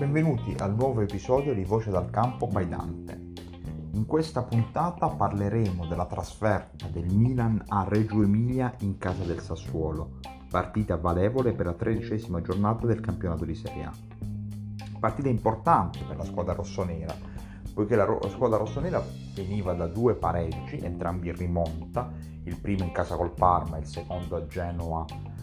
benvenuti al nuovo episodio di Voce dal Campo by Dante. In questa puntata parleremo della trasferta del Milan a Reggio Emilia in casa del Sassuolo, partita valevole per la 13ª giornata del campionato di Serie A. Partita importante per la squadra rossonera, poiché la squadra rossonera veniva da due pareggi, entrambi in rimonta, il primo in casa col Parma e il secondo a Genova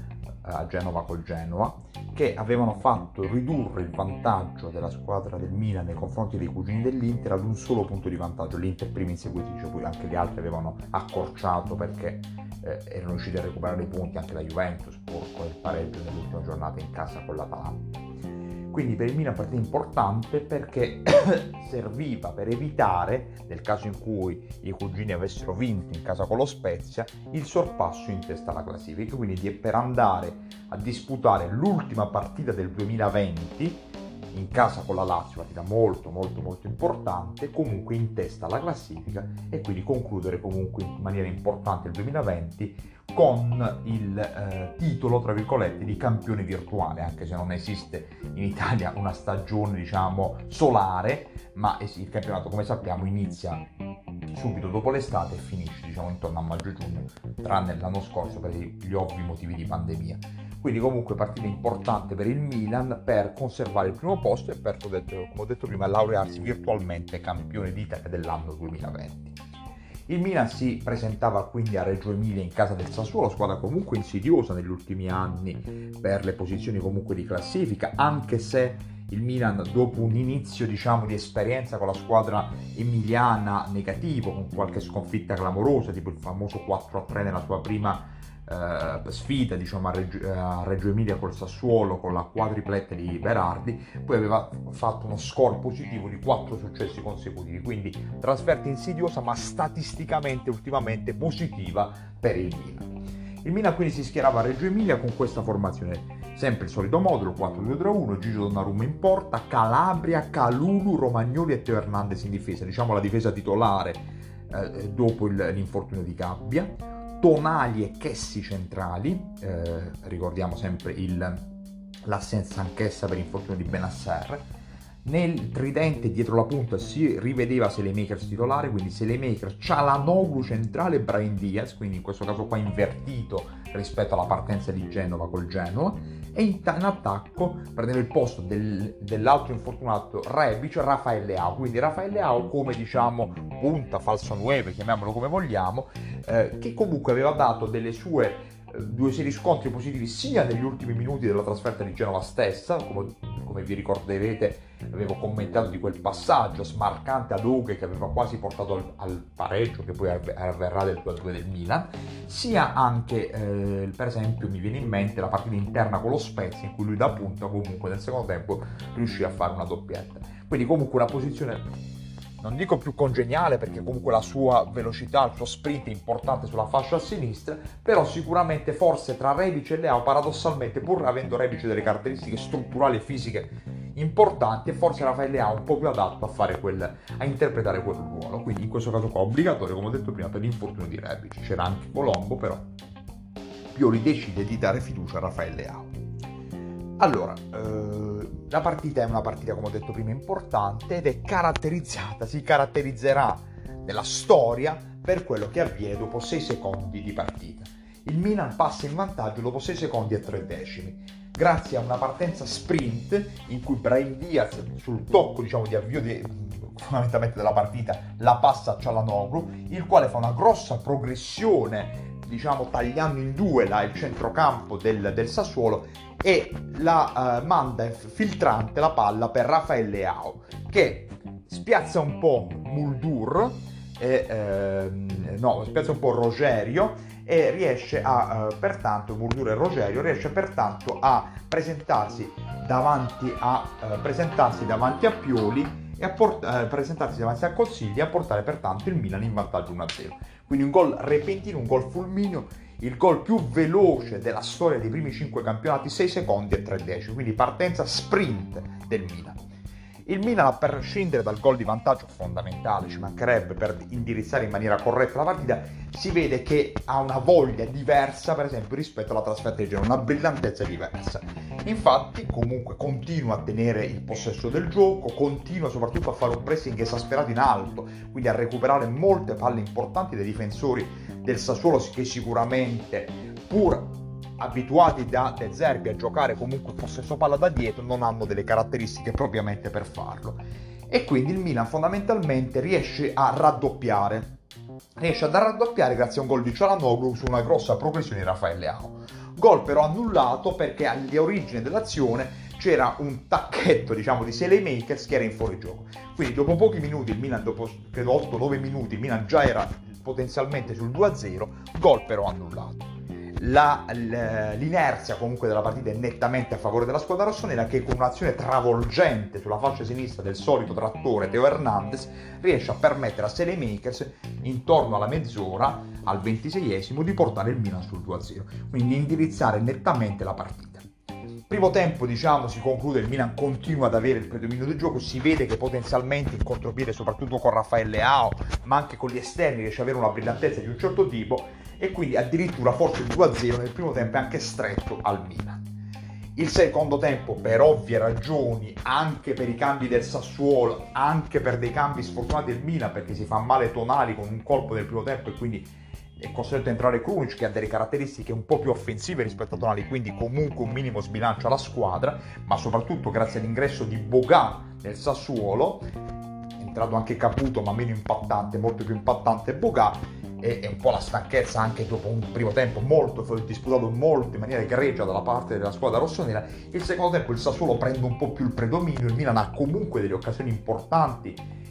col Genoa, che avevano fatto ridurre il vantaggio della squadra del Milan nei confronti dei cugini dell'Inter ad un solo punto di vantaggio. L'Inter prima inseguitrice, poi anche gli altri avevano accorciato perché erano riusciti a recuperare i punti, anche la Juventus pur con il pareggio nell'ultima giornata in casa con l'Atalanta. Quindi per il Milan partita importante perché serviva per evitare, nel caso in cui i cugini avessero vinto in casa con lo Spezia, il sorpasso in testa alla classifica, quindi per andare a disputare l'ultima partita del 2020 in casa con la Lazio, partita molto importante, comunque in testa alla classifica, e quindi concludere comunque in maniera importante il 2020 con il titolo, tra virgolette, di campione virtuale, anche se non esiste in Italia una stagione, solare, ma il campionato, come sappiamo, inizia subito dopo l'estate e finisce, intorno a maggio-giugno, tranne l'anno scorso per gli ovvi motivi di pandemia. Quindi comunque partita importante per il Milan per conservare il primo posto e per, come ho detto prima, laurearsi virtualmente campione d'Italia dell'anno 2020. Il Milan si presentava quindi a Reggio Emilia in casa del Sassuolo, squadra comunque insidiosa negli ultimi anni per le posizioni comunque di classifica, anche se il Milan, dopo un inizio di esperienza con la squadra emiliana negativo, con qualche sconfitta clamorosa, tipo il famoso 4-3 nella sua prima sfida a Reggio Emilia col Sassuolo, con la quadripletta di Berardi, poi aveva fatto uno score positivo di 4 successi consecutivi, quindi trasferta insidiosa ma statisticamente ultimamente positiva per il Milan. Il Milan quindi si schierava a Reggio Emilia con questa formazione, sempre il solito modulo 4-2-3-1, Gigio Donnarumma in porta, Calabria, Kalulu, Romagnoli e Teo Hernandez in difesa, la difesa titolare dopo l'infortunio di Gabbia. Tonali e Chessi centrali, ricordiamo sempre l'assenza anch'essa per infortunio di Benasser. Nel tridente dietro la punta si rivedeva Saelemaekers titolare, quindi Saelemaekers, Çalhanoğlu centrale, Brahim Diaz, quindi in questo caso qua invertito rispetto alla partenza di Genova col Genoa, e in attacco prendeva il posto dell'altro infortunato Rebic, Rafael Leao, quindi Rafael Leao come punta, falso 9, chiamiamolo come vogliamo, che comunque aveva dato delle sue due riscontri positivi sia negli ultimi minuti della trasferta di Genova stessa, come vi ricorderete avevo commentato di quel passaggio smarcante ad Uge che aveva quasi portato al pareggio che poi avverrà del 2-2 del Milan, sia anche per esempio mi viene in mente la partita interna con lo Spezia in cui lui da punta comunque nel secondo tempo riuscì a fare una doppietta, quindi comunque una posizione non dico più congeniale perché comunque la sua velocità, il suo sprint è importante sulla fascia a sinistra, però sicuramente forse tra Rebic e Leao paradossalmente, pur avendo Rebic delle caratteristiche strutturali e fisiche importanti, e forse Rafael Leao un po' più adatto a interpretare quel ruolo, quindi in questo caso qua obbligatorio, come ho detto prima, per l'infortunio di Rebic. C'era anche Colombo, però Pioli decide di dare fiducia a Rafael Leao. Allora, la partita è una partita, come ho detto prima, importante ed si caratterizzerà nella storia per quello che avviene dopo 6 secondi di partita. Il Milan passa in vantaggio dopo 6 secondi e 3 decimi, grazie a una partenza sprint in cui Brahim Diaz sul tocco di avvio fondamentalmente della partita la passa a Çalhanoğlu, il quale fa una grossa progressione tagliando in due il centrocampo del Sassuolo e la manda filtrante la palla per Rafael Leao, che spiazza un po' spiazza un po' Rogerio e riesce Muldur e Rogerio riesce pertanto a presentarsi davanti a Pioli e presentarsi davanti a Consigli e a portare pertanto il Milan in vantaggio 1-0. Quindi un gol repentino, un gol fulmineo, il gol più veloce della storia dei primi 5 campionati, 6 secondi e 3 decimi, quindi partenza sprint del Milan. Il Milan, a prescindere dal gol di vantaggio fondamentale, ci mancherebbe per indirizzare in maniera corretta la partita, si vede che ha una voglia diversa, per esempio, rispetto alla trasferta di Genoa, una brillantezza diversa. Infatti comunque continua a tenere il possesso del gioco, continua soprattutto a fare un pressing esasperato in alto, quindi a recuperare molte palle importanti dai difensori del Sassuolo, che sicuramente, pur abituati da De Zerbi a giocare comunque possesso palla da dietro, non hanno delle caratteristiche propriamente per farlo. E quindi il Milan fondamentalmente riesce a raddoppiare grazie a un gol di Çalhanoğlu su una grossa progressione di Rafael Leao. Gol però annullato perché alle origini dell'azione c'era un tacchetto, diciamo, di Saelemaekers che era in fuorigioco. Quindi dopo pochi minuti, il Milan, dopo credo 8-9 minuti, il Milan già era potenzialmente sul 2-0, gol però annullato. L'inerzia comunque della partita è nettamente a favore della squadra rossonera, che con un'azione travolgente sulla fascia sinistra del solito trattore Theo Hernandez riesce a permettere a Saelemaekers intorno alla mezz'ora, al 26esimo, di portare il Milan sul 2-0, quindi indirizzare nettamente la partita. Primo tempo, diciamo, si conclude, il Milan continua ad avere il predominio del gioco, si vede che potenzialmente in contropiede, soprattutto con Rafael Leao, ma anche con gli esterni, riesce ad avere una brillantezza di un certo tipo, e quindi addirittura forse il 2-0 nel primo tempo è anche stretto al Milan. Il secondo tempo, per ovvie ragioni, anche per i cambi del Sassuolo, anche per dei cambi sfortunati del Milan, perché si fa male Tonali con un colpo del primo tempo e quindi è costretto a entrare Krunic, che ha delle caratteristiche un po' più offensive rispetto a Tonali, quindi comunque un minimo sbilancia la squadra, ma soprattutto grazie all'ingresso di Boga nel Sassuolo, è entrato anche Caputo ma meno impattante, molto più impattante Boga, e un po' la stanchezza anche dopo un primo tempo molto disputato molto in maniera egregia dalla parte della squadra rossonera. Il secondo tempo il Sassuolo prende un po' più il predominio, il Milan ha comunque delle occasioni importanti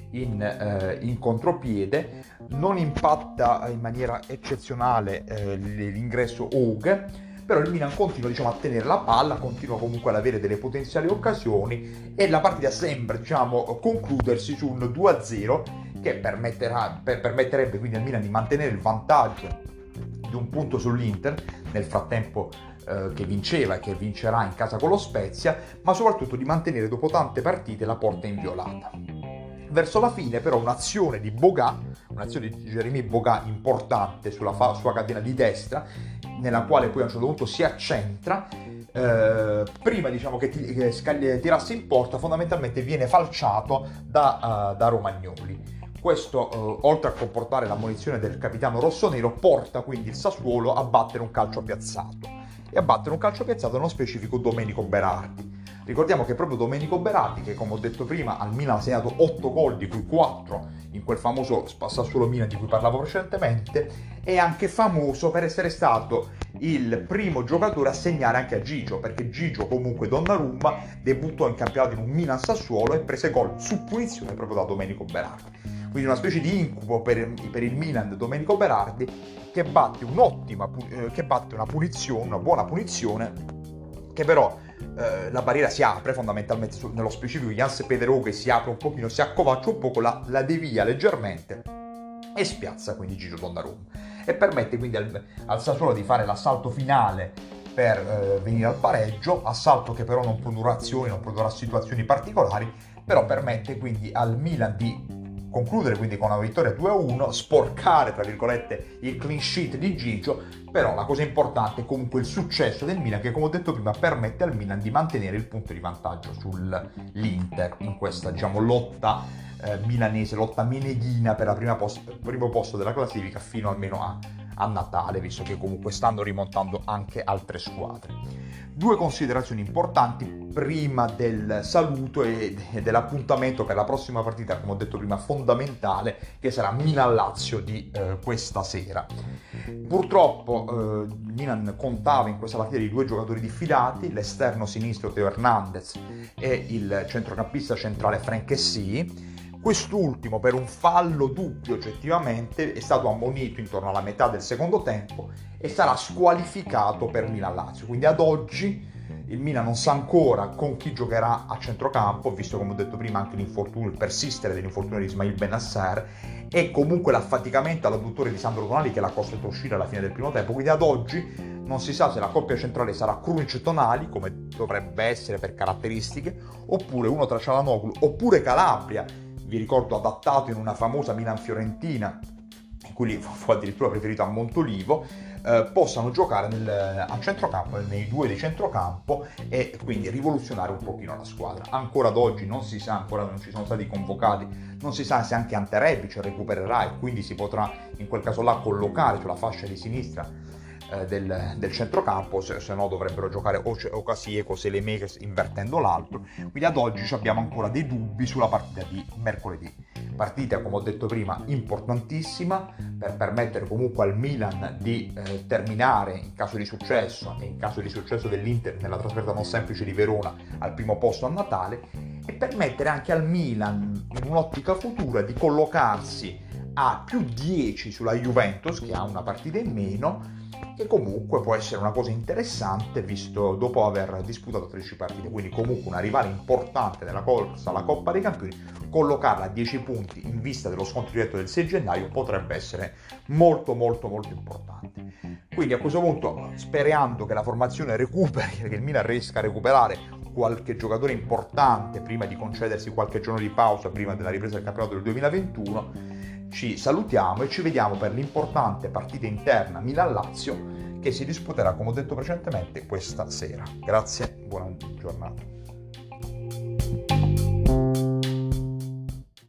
in contropiede, non impatta in maniera eccezionale l'ingresso Hug, però il Milan continua, diciamo, a tenere la palla, continua comunque ad avere delle potenziali occasioni e la partita sembra, diciamo, concludersi su un 2-0 che permetterebbe quindi al Milan di mantenere il vantaggio di un punto sull'Inter nel frattempo che vinceva e che vincerà in casa con lo Spezia, ma soprattutto di mantenere dopo tante partite la porta inviolata. Verso la fine però un'azione di Jérémy Boga importante sulla sua catena di destra, nella quale poi a un certo punto si accentra, prima, diciamo, che tirasse in porta, fondamentalmente viene falciato da Romagnoli. Questo, oltre a comportare l'ammonizione del capitano rossonero, porta quindi il Sassuolo a battere un calcio piazzato, e a battere un calcio piazzato nello specifico Domenico Berardi. Ricordiamo che proprio Domenico Berardi, che come ho detto prima al Milan ha segnato 8 gol, di cui 4 in quel famoso Sassuolo Milan di cui parlavo precedentemente, è anche famoso per essere stato il primo giocatore a segnare anche a Gigio, perché Gigio, comunque Donnarumma, debuttò in campionato in un Milan Sassuolo e prese gol su punizione proprio da Domenico Berardi. Quindi una specie di incubo per il Milan Domenico Berardi, che batte una buona punizione, che però la barriera si apre fondamentalmente nello specifico Jans-Peter Hauge si apre un pochino, si accovaccia un poco, la devia leggermente e spiazza quindi Gigio Donnarumma e permette quindi al Sassuolo di fare l'assalto finale per venire al pareggio, assalto che però non produrrà azioni, non produrrà situazioni particolari, però permette quindi al Milan di concludere quindi con una vittoria 2-1, sporcare tra virgolette il clean sheet di Gigio, però la cosa importante è comunque il successo del Milan, che come ho detto prima permette al Milan di mantenere il punto di vantaggio sull'Inter in questa, diciamo, lotta milanese, lotta meneghina per il primo posto della classifica fino almeno a Natale, visto che comunque stanno rimontando anche altre squadre. Due considerazioni importanti prima del saluto e dell'appuntamento per la prossima partita, come ho detto prima, fondamentale, che sarà Milan-Lazio di questa sera. Purtroppo Milan contava in questa partita di due giocatori diffidati, l'esterno sinistro Theo Hernandez e il centrocampista centrale Franck Kessie. Quest'ultimo, per un fallo dubbio oggettivamente, è stato ammonito intorno alla metà del secondo tempo e sarà squalificato per Milan-Lazio. Quindi ad oggi il Milan non sa ancora con chi giocherà a centrocampo, visto, come ho detto prima, anche l'infortunio, il persistere dell'infortunio di Ismail Bennacer e comunque l'affaticamento all'adduttore di Sandro Tonali, che l'ha costretto a uscire alla fine del primo tempo. Quindi ad oggi non si sa se la coppia centrale sarà Krunic-Tonali, come dovrebbe essere per caratteristiche, oppure uno tra Çalhanoğlu oppure Calabria, vi ricordo adattato in una famosa Milan-Fiorentina quelli fu addirittura preferito a Montolivo, possano giocare a centrocampo, nei due di centrocampo, e quindi rivoluzionare un pochino la squadra. Ancora ad oggi non si sa, ancora non ci sono stati convocati, non si sa se anche Ante Rebic recupererà e quindi si potrà in quel caso là collocare sulla fascia di sinistra del centrocampo, se no dovrebbero giocare o Casiec o Selemakers invertendo l'altro. Quindi ad oggi abbiamo ancora dei dubbi sulla partita di mercoledì. Partita, come ho detto prima, importantissima per permettere comunque al Milan di terminare, in caso di successo e in caso di successo dell'Inter nella trasferta non semplice di Verona, al primo posto a Natale, e permettere anche al Milan, in un'ottica futura, di collocarsi a più 10 sulla Juventus, che ha una partita in meno, che comunque può essere una cosa interessante visto dopo aver disputato 13 partite. Quindi comunque una rivale importante nella corsa alla Coppa dei Campioni, collocarla a 10 punti in vista dello scontro diretto del 6 gennaio potrebbe essere molto molto molto importante. Quindi a questo punto, sperando che la formazione recuperi, che il Milan riesca a recuperare qualche giocatore importante prima di concedersi qualche giorno di pausa prima della ripresa del campionato del 2021, ci salutiamo e ci vediamo per l'importante partita interna Milan-Lazio, che si disputerà, come ho detto precedentemente, questa sera. Grazie, buona giornata.